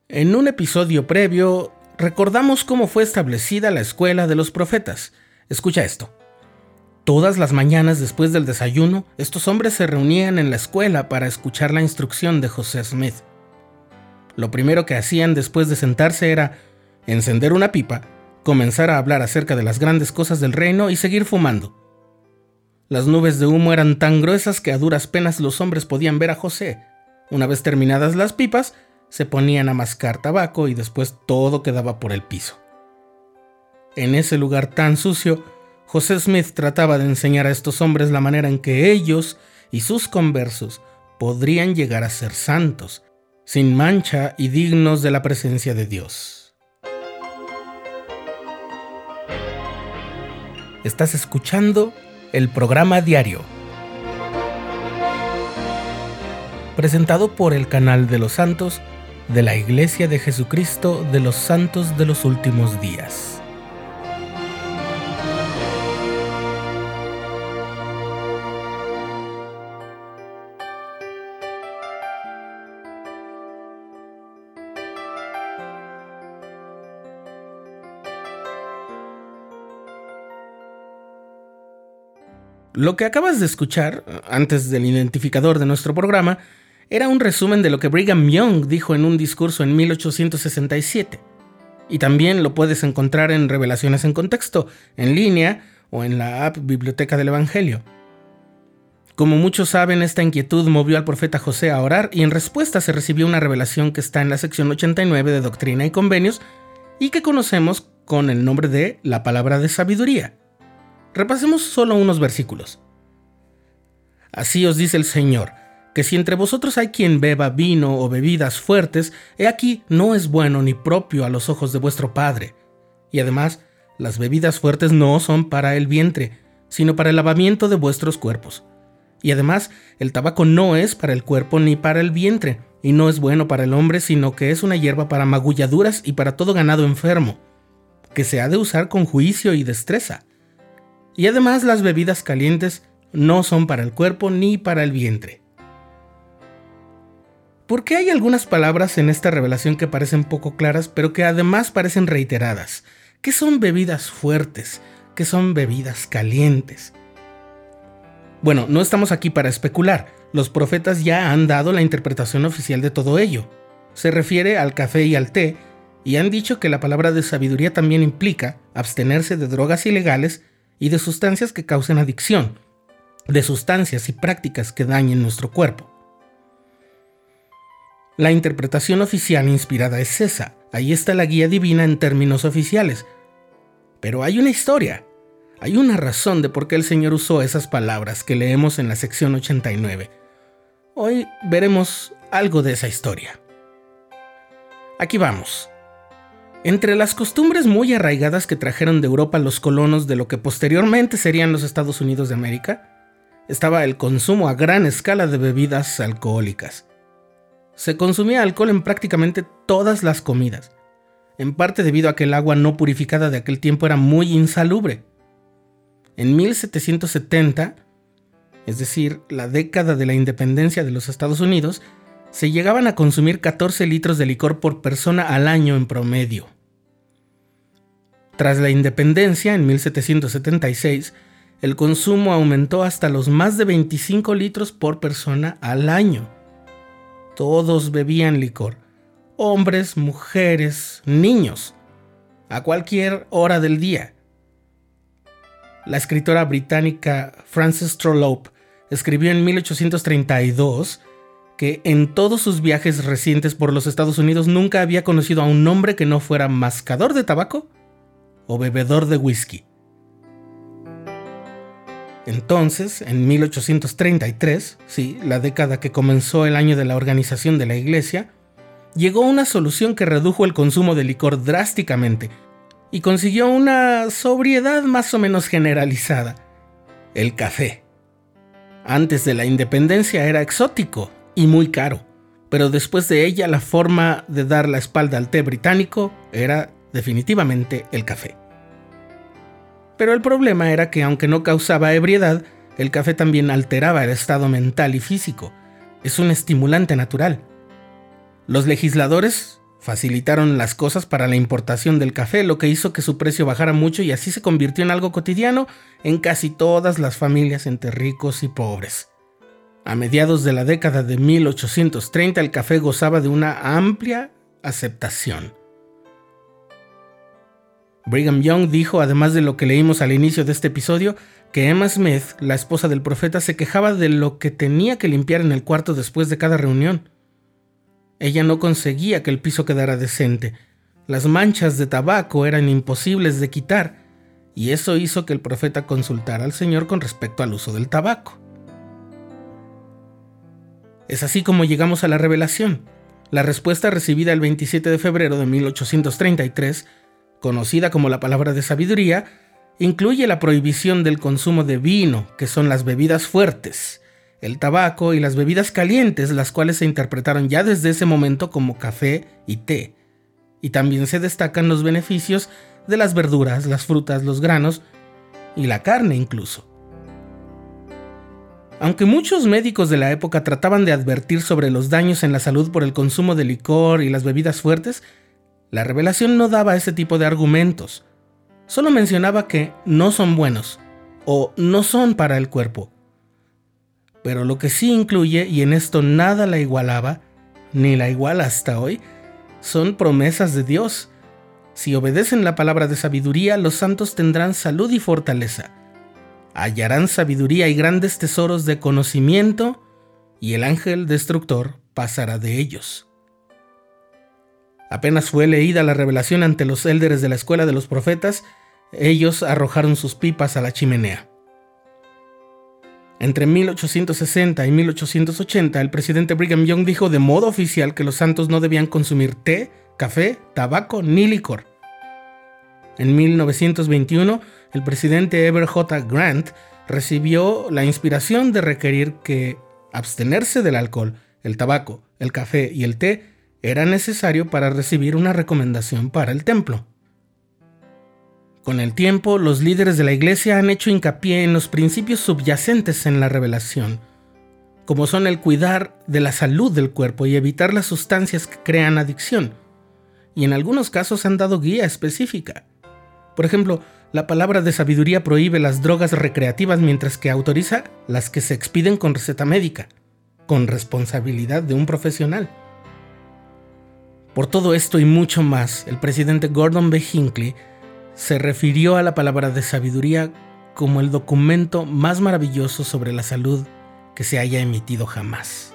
En un episodio previo, recordamos cómo fue establecida la escuela de los profetas. Escucha esto. Todas las mañanas después del desayuno, estos hombres se reunían en la escuela para escuchar la instrucción de José Smith. Lo primero que hacían después de sentarse era encender una pipa, comenzar a hablar acerca de las grandes cosas del reino y seguir fumando. Las nubes de humo eran tan gruesas que a duras penas los hombres podían ver a José. Una vez terminadas las pipas, se ponían a mascar tabaco y después todo quedaba por el piso. En ese lugar tan sucio, José Smith trataba de enseñar a estos hombres la manera en que ellos y sus conversos podrían llegar a ser santos, sin mancha y dignos de la presencia de Dios. Estás escuchando el programa diario, presentado por el canal de los santos de la Iglesia de Jesucristo de los Santos de los Últimos Días. Lo que acabas de escuchar, antes del identificador de nuestro programa, era un resumen de lo que Brigham Young dijo en un discurso en 1867. Y también lo puedes encontrar en Revelaciones en Contexto, en línea o en la app Biblioteca del Evangelio. Como muchos saben, esta inquietud movió al profeta José a orar y en respuesta se recibió una revelación que está en la sección 89 de Doctrina y Convenios y que conocemos con el nombre de la Palabra de Sabiduría. Repasemos solo unos versículos. Así os dice el Señor, que si entre vosotros hay quien beba vino o bebidas fuertes, he aquí no es bueno ni propio a los ojos de vuestro Padre. Y además, las bebidas fuertes no son para el vientre, sino para el lavamiento de vuestros cuerpos. Y además, el tabaco no es para el cuerpo ni para el vientre, y no es bueno para el hombre, sino que es una hierba para magulladuras y para todo ganado enfermo, que se ha de usar con juicio y destreza. Y además, las bebidas calientes no son para el cuerpo ni para el vientre. ¿Por qué hay algunas palabras en esta revelación que parecen poco claras, pero que además parecen reiteradas? ¿Qué son bebidas fuertes? ¿Qué son bebidas calientes? Bueno, no estamos aquí para especular. Los profetas ya han dado la interpretación oficial de todo ello. Se refiere al café y al té, y han dicho que la palabra de sabiduría también implica abstenerse de drogas ilegales y de sustancias que causen adicción, de sustancias y prácticas que dañen nuestro cuerpo. La interpretación oficial inspirada es esa. Ahí está la guía divina en términos oficiales. Pero hay una historia. Hay una razón de por qué el Señor usó esas palabras que leemos en la sección 89. Hoy veremos algo de esa historia. Aquí vamos. Entre las costumbres muy arraigadas que trajeron de Europa los colonos de lo que posteriormente serían los Estados Unidos de América, estaba el consumo a gran escala de bebidas alcohólicas. Se consumía alcohol en prácticamente todas las comidas, en parte debido a que el agua no purificada de aquel tiempo era muy insalubre. En 1770, es decir, la década de la independencia de los Estados Unidos, se llegaban a consumir 14 litros de licor por persona al año en promedio. Tras la independencia, en 1776, el consumo aumentó hasta los más de 25 litros por persona al año. Todos bebían licor, hombres, mujeres, niños, a cualquier hora del día. La escritora británica Frances Trollope escribió en 1832 que en todos sus viajes recientes por los Estados Unidos nunca había conocido a un hombre que no fuera mascador de tabaco o bebedor de whisky. Entonces, en 1833, sí, la década que comenzó el año de la organización de la Iglesia, llegó una solución que redujo el consumo de licor drásticamente y consiguió una sobriedad más o menos generalizada: el café. Antes de la independencia era exótico y muy caro, pero después de ella la forma de dar la espalda al té británico era definitivamente el café. Pero el problema era que aunque no causaba ebriedad, el café también alteraba el estado mental y físico. Es un estimulante natural. Los legisladores Facilitaron las cosas para la importación del café, lo que hizo que su precio bajara mucho y así se convirtió en algo cotidiano en casi todas las familias entre ricos y pobres. A mediados de la década de 1830 el café gozaba de una amplia aceptación. Brigham Young dijo, además de lo que leímos al inicio de este episodio, que Emma Smith, la esposa del profeta, se quejaba de lo que tenía que limpiar en el cuarto después de cada reunión. Ella no conseguía que el piso quedara decente. Las manchas de tabaco eran imposibles de quitar, y eso hizo que el profeta consultara al Señor con respecto al uso del tabaco. Es así como llegamos a la revelación. La respuesta recibida el 27 de febrero de 1833, conocida como la palabra de sabiduría, incluye la prohibición del consumo de vino, que son las bebidas fuertes, el tabaco y las bebidas calientes, las cuales se interpretaron ya desde ese momento como café y té. Y también se destacan los beneficios de las verduras, las frutas, los granos y la carne incluso. Aunque muchos médicos de la época trataban de advertir sobre los daños en la salud por el consumo de licor y las bebidas fuertes, la revelación no daba ese tipo de argumentos. Solo mencionaba que no son buenos o no son para el cuerpo. Pero lo que sí incluye, y en esto nada la igualaba, ni la iguala hasta hoy, son promesas de Dios. Si obedecen la palabra de sabiduría, los santos tendrán salud y fortaleza. Hallarán sabiduría y grandes tesoros de conocimiento, y el ángel destructor pasará de ellos. Apenas fue leída la revelación ante los élderes de la escuela de los profetas, ellos arrojaron sus pipas a la chimenea. Entre 1860 y 1880, el presidente Brigham Young dijo de modo oficial que los santos no debían consumir té, café, tabaco ni licor. En 1921, el presidente Ever J. Grant recibió la inspiración de requerir que abstenerse del alcohol, el tabaco, el café y el té era necesario para recibir una recomendación para el templo. Con el tiempo, los líderes de la iglesia han hecho hincapié en los principios subyacentes en la revelación, como son el cuidar de la salud del cuerpo y evitar las sustancias que crean adicción, y en algunos casos han dado guía específica. Por ejemplo, la palabra de sabiduría prohíbe las drogas recreativas mientras que autoriza las que se expiden con receta médica, con responsabilidad de un profesional. Por todo esto y mucho más, el presidente Gordon B. Hinckley se refirió a la palabra de sabiduría como el documento más maravilloso sobre la salud que se haya emitido jamás.